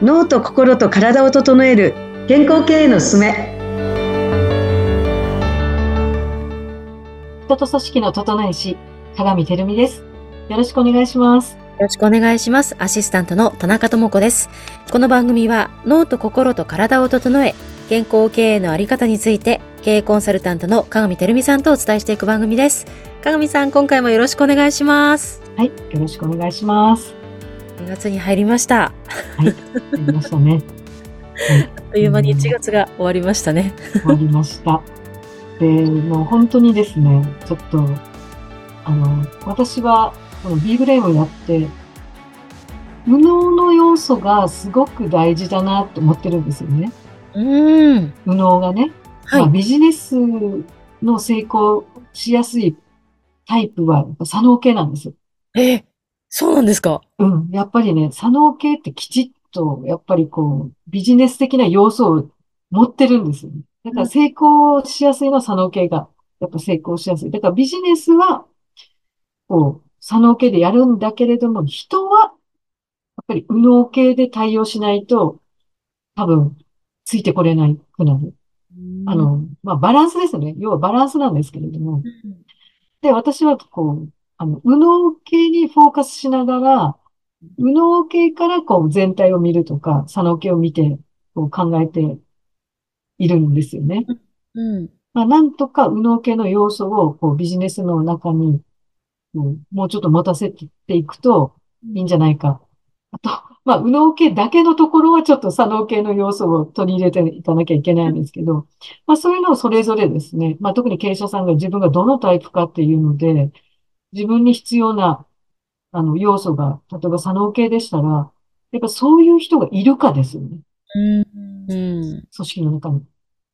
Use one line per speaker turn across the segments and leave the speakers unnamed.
脳と心と体を整える健康経営のすすめ。人と組織の整え師、鏡てるみです。よろしくお願いします。
よろしくお願いします。アシスタントの田中智子です。この番組は脳と心と体を整え、健康経営のあり方について経営コンサルタントの鏡てるみさんとお伝えしていく番組です。鏡さん、今回もよろしくお願いします。
はい、よろしくお願いします。
2月に入りました。
はい、入りましたね。はい、
あっという間に1月が終わりましたね。
終わりました。で、もう本当にですね、ちょっと、私はこの B ブレインをやって、右脳の要素がすごく大事だなと思ってるんですよね。右脳がね。
はい。
ビジネスの成功しやすいタイプは、やっぱ左脳系なんですよ。
そうなんですか。
うん。やっぱりね、左脳系ってきちっと、やっぱりこう、ビジネス的な要素を持ってるんですよね。だから成功しやすいのは左脳系が、やっぱ成功しやすい。だからビジネスは、こう、左脳系でやるんだけれども、人は、やっぱり右脳系で対応しないと、多分、ついてこれないくなる。バランスですね。要はバランスなんですけれども。で、私は、こう、右脳系にフォーカスしながら、右脳系からこう全体を見るとか、左脳系を見て、こう考えているんですよね。なんとか右脳系の要素をこうビジネスの中に、もうちょっと持たせていくといいんじゃないか。あと、右脳系だけのところはちょっと左脳系の要素を取り入れていかなきゃいけないんですけど、そういうのをそれぞれですね。特に経営者さんが自分がどのタイプかっていうので、自分に必要な要素が、例えば左脳系でしたら、やっぱそういう人がいるかですよね。組織の中に。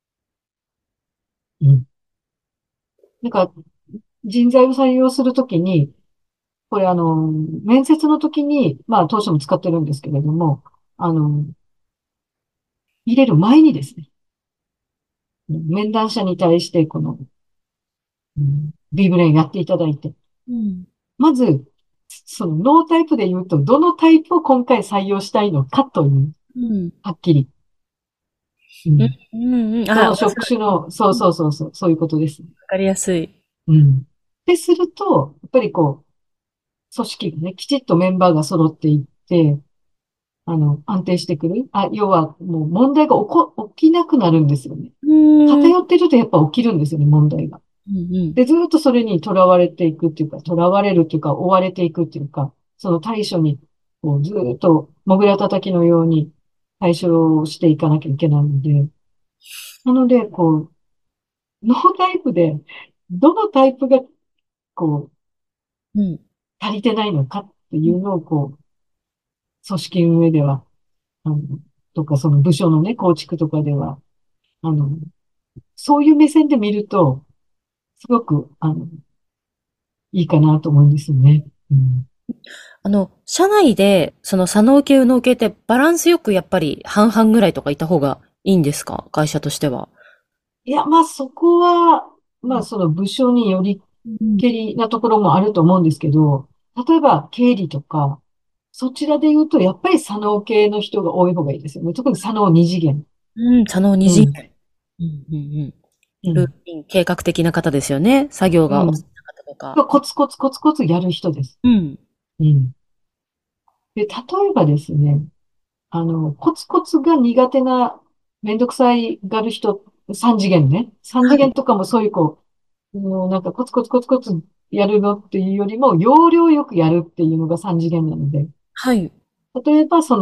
うん。なんか、人材を採用するときに、これ面接の時に、当初も使ってるんですけれども、あの、入れる前にですね、面談者に対して、この、B ブレインやっていただいて、まず、そのノータイプで言うと、どのタイプを今回採用したいのかという、はっきり。うん。その職種の、そうそうそうそう、そういうことですね。
わかりやすい。
うん。で、すると、やっぱりこう、組織がね、きちっとメンバーが揃っていって、安定してくる。要は、もう問題が起きなくなるんですよね。偏ってるとやっぱ起きるんですよね、問題が。で、ずっとそれに囚われていくっていうか、囚われるっていうか、追われていくっていうか、その対処に、こう、ずっと、もぐらたたきのように対処をしていかなきゃいけないので、なので、こう、ノータイプで、どのタイプが、こう、足りてないのかっていうのを、こう、組織運営では、あの、とか、その部署のね、構築とかでは、あの、そういう目線で見ると、すごく、いいかなと思うんですよね。うん。
社内で、その左脳系、右脳系ってバランスよくやっぱり半々ぐらいとかいた方がいいんですか？会社としては。
いや、そこは、その部署によりけりなところもあると思うんですけど、例えば経理とか、そちらで言うと、やっぱり左脳系の人が多い方がいいですよね。特に左脳二次元。
左脳二次元。
うん。
ルー
うん。
ティン計画的な方ですよね。作業がお好き
うん。
な方とか。
コツコツコツコツやる人です。
うん。
うん。で、例えばですね、コツコツが苦手な、めんどくさいがる人、三次元ね。三次
はい。
元とかもそういうもうなんかコツコツコツコツやるのっていうよりも、要領よくやるっていうのが三次元なので、
はい。
例えば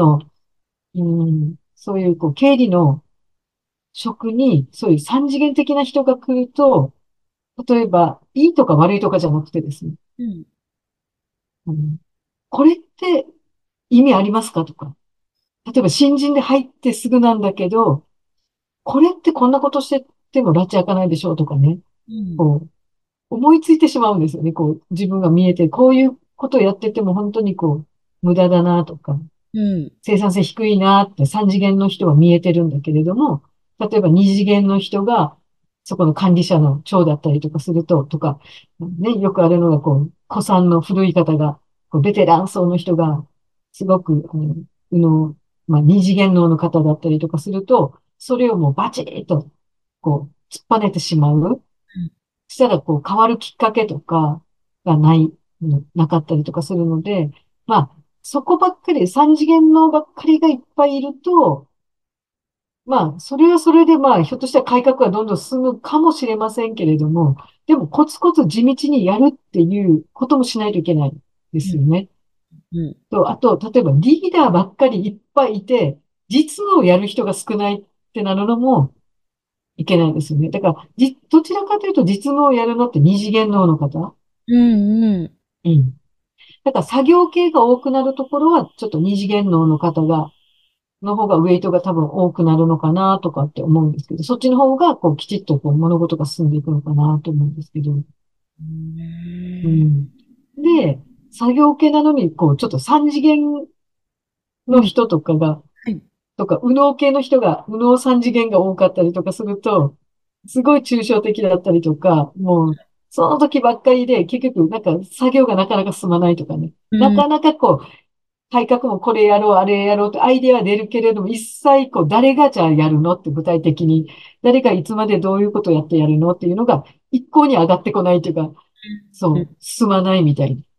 そういう経理の職に、そういう三次元的な人が来ると、例えば、いいとか悪いとかじゃなくてですね、
うん。
うん、これって意味ありますかとか、例えば新人で入ってすぐなんだけど、これってこんなことしてても拉致開かないでしょうとかね。
うん。
こう、思いついてしまうんですよね。自分が見えて、こういうことをやってても本当に無駄だなとか、
うん。
生産性低いなって三次元の人は見えてるんだけれども、例えば二次元の人が、そこの管理者の長だったりとかすると、とか、ね、よくあるのが、古参の古い方が、ベテラン層の人が、すごく、右脳まあ、二次元脳の方だったりとかすると、それをもうバチッと、こう、突っぱねてしまう。そしたら、こう、変わるきっかけとかがなかったりとかするので、まあ、そこばっかり、三次元脳ばっかりがいっぱいいると、まあ、それはそれで、まあ、ひょっとしたら改革がどんどん進むかもしれませんけれども、でも、コツコツ地道にやるっていうこともしないといけないですよね。
うん。
と、あと、例えばリーダーばっかりいっぱいいて、実務をやる人が少ないってなるのもいけないですよね。だから、どちらかというと実務をやるのって二次元脳の方。
うん。うん。
うん。だから作業系が多くなるところは、ちょっと二次元脳の方の方がウェイトが多分多くなるのかなとかって思うんですけど、そっちの方がこうきちっとこう物事が進んでいくのかなと思うんですけど。
うん。
うん。で、作業系なのに、こう、ちょっと三次元の
うん。
人とかが、
はい。
右脳系の人が、右脳三次元が多かったりとかすると、すごい抽象的だったりとか、もう、その時ばっかりで、結局、なんか、作業がなかなか進まないとかね。
うん。
なかなかこう、改革もこれやろう、あれやろうとアイデアは出るけれども、一切こう、誰がじゃあやるのって具体的に、誰がいつまでどういうことをやってやるのっていうのが、一向に上がってこないというか、
うん。
そう、進まないみたいに、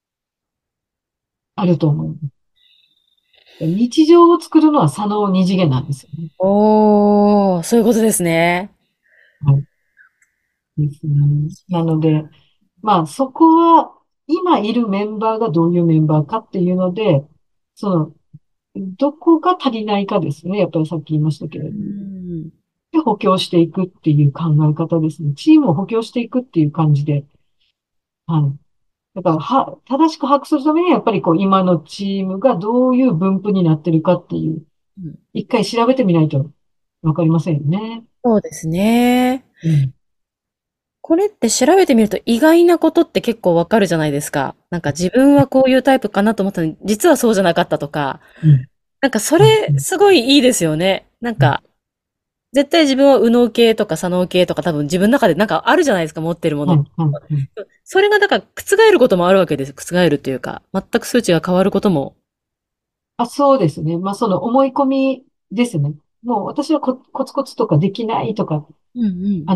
あると思う。日常を作るのは左脳二次元なんですよね。
おー、そういうことですね。
はいですね。なので、まあそこは、今いるメンバーがどういうメンバーかっていうので、その、どこが足りないかですね。やっぱりさっき言いましたけれ
う
ども。
ん。
で、補強していくっていう考え方ですね。チームを補強していくっていう感じで。はい。だから、正しく把握するためには、やっぱりこう、今のチームがどういう分布になってるかっていう、
うん。
一回調べてみないとわかりませんよね。
そうですね。
うん。
これって調べてみると意外なことって結構わかるじゃないですか。なんか自分はこういうタイプかなと思ったのに、実はそうじゃなかったとか。
うん。
なんかそ
うん。
れ、すごいいいですよね。なん
うん。
か、絶対自分は右脳系とか左脳系とか多分自分の中でなんかあるじゃないですか、持ってるもの。
はい。はい。はい。
それがだから覆ることもあるわけです。覆るっていうか、全く数値が変わることも。
あ、そうですね。まあ、その思い込みですね。もう私はコツコツとかできないとか、
うんうん。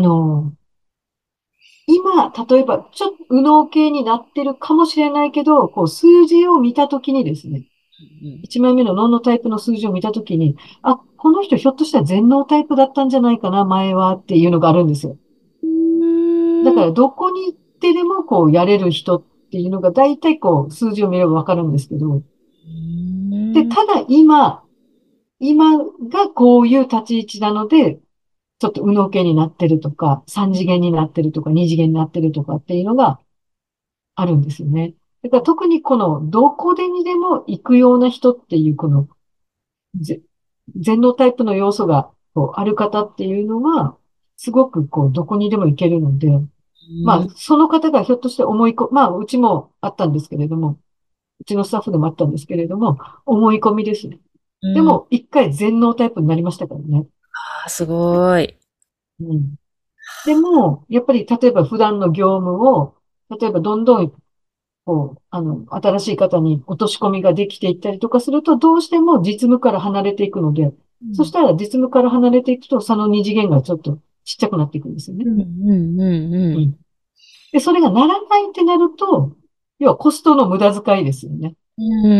あの、今、例えば、ちょっと右脳系になってるかもしれないけど、こう、数字を見たときにですね、1枚目のノンノタイプの数字を見たときに、あ、この人ひょっとしたら全ノータイプだったんじゃないかな、前はっていうのがあるんですよ。
うん。うーん。
だから、どこに行ってでも、こう、やれる人っていうのが、大体こう、数字を見ればわかるんですけど、で、ただ今がこういう立ち位置なので、ちょっと右脳系になってるとか、三次元になってるとか、二次元になってるとかっていうのがあるんですよね。だから特にこの、どこでにでも行くような人っていう、この、ぜ全能タイプの要素がこうある方っていうのは、すごくこう、どこにでも行けるので、まあ、その方がひょっとしてまあ、うちもあったんですけれども、うちのスタッフでもあったんですけれども、思い込みですね。
うん。
でも、一回全能タイプになりましたからね。
ああ、すごい。
うん。でも、やっぱり例えば普段の業務を、例えばどんどん、こう、新しい方に落とし込みができていったりとかすると、どうしても実務から離れていくので、
うん。
そしたら実務から離れていくと、その二次元がちょっとちっちゃくなっていくんですよね。
うんうんうんうん。
うん。で、それがならないってなると、要はコストの無駄遣いですよね。
うん。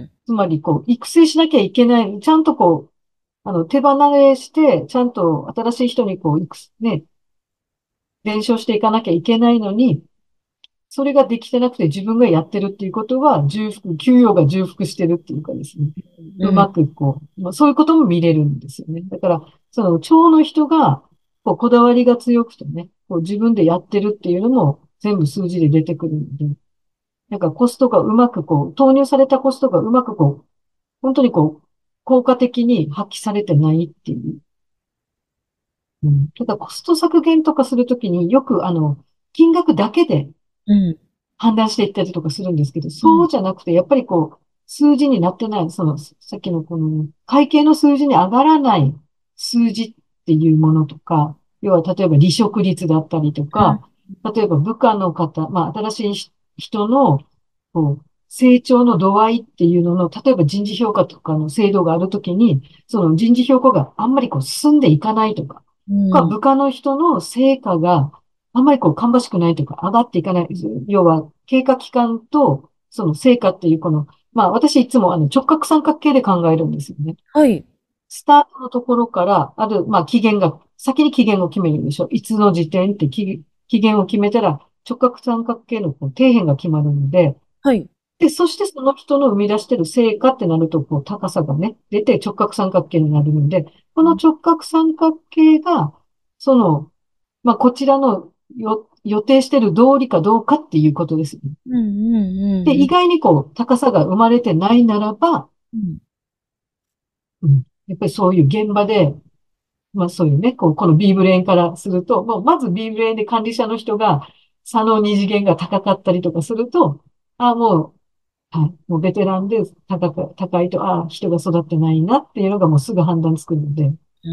つまり、こう、育成しなきゃいけない。ちゃんとこう、手離れして、ちゃんと新しい人にこう、伝承していかなきゃいけないのに、それができてなくて自分がやってるっていうことは、給与が重複してるっていうかですね。う
うん。
まくこう、まあ、そういうことも見れるんですよね。だから、その、腸の人が、こう、こだわりが強くてね、こう、自分でやってるっていうのも全部数字で出てくるので、なんかコストがうまくこう、投入されたコストがうまくこう、本当にこう、効果的に発揮されてないっていう。うん。ただコスト削減とかするときによく金額だけで
うん。
判断していったりとかするんですけど、
うん。
そうじゃなくて、やっぱりこう、数字になってない、その、さっきのこの、会計の数字に上がらない数字っていうものとか、要は例えば離職率だったりとか、例えば部下の方、まあ新しい人の、こう、 成長の度合いっていうのの、例えば人事評価とかの制度があるときに、その人事評価があんまりこう進んでいかないとか、
うん。
部下の人の成果があんまりこう芳しくないとか、上がっていかない。要は、経過期間とその成果っていうこの、まあ私いつも直角三角形で考えるんですよね。
はい。
スタートのところから、まあ期限が、先に期限を決めるでしょ。いつの時点って期限を決めたら、直角三角形のこう底辺が決まるので、
はい。
で、そしてその人の生み出している成果ってなると、こう、高さがね、出て直角三角形になるので、この直角三角形が、その、まあ、こちらの予定している通りかどうかっていうことですよね。
うんうん
で、
うんうん。
意外にこう、高さが生まれてないならば、
うん。
やっぱりそういう現場で、まあそういうね、この B ブレーンからすると、もうまず B ブレーンで管理者の人が、差の二次元が高かったりとかすると、もうはい。もうベテランで高いと、人が育ってないなっていうのがもうすぐ判断つくので、
う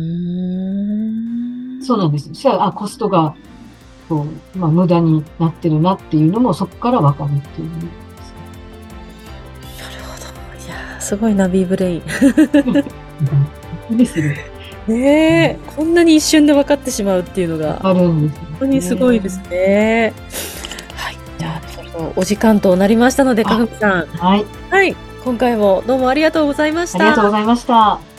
ーん。
そうなんです。じゃあ、コストが、まあ、無駄になってるなっていうのもそこからわかるっていうね。
なるほど。いやー、すごいな、ビーブレイン。
うんでする。う
ねえ、
ん、
こんなに一瞬で分かってしまうっていうのが、
わかるんですよ
本当にすごいです
ね。
ね。はい。じゃあ、
うん、
そろそろお時間となりましたので、か
あ、
ぐみさん。
はい。
はい。今回もどうもありがとうございまし
ありがとうご
た。
ざいました。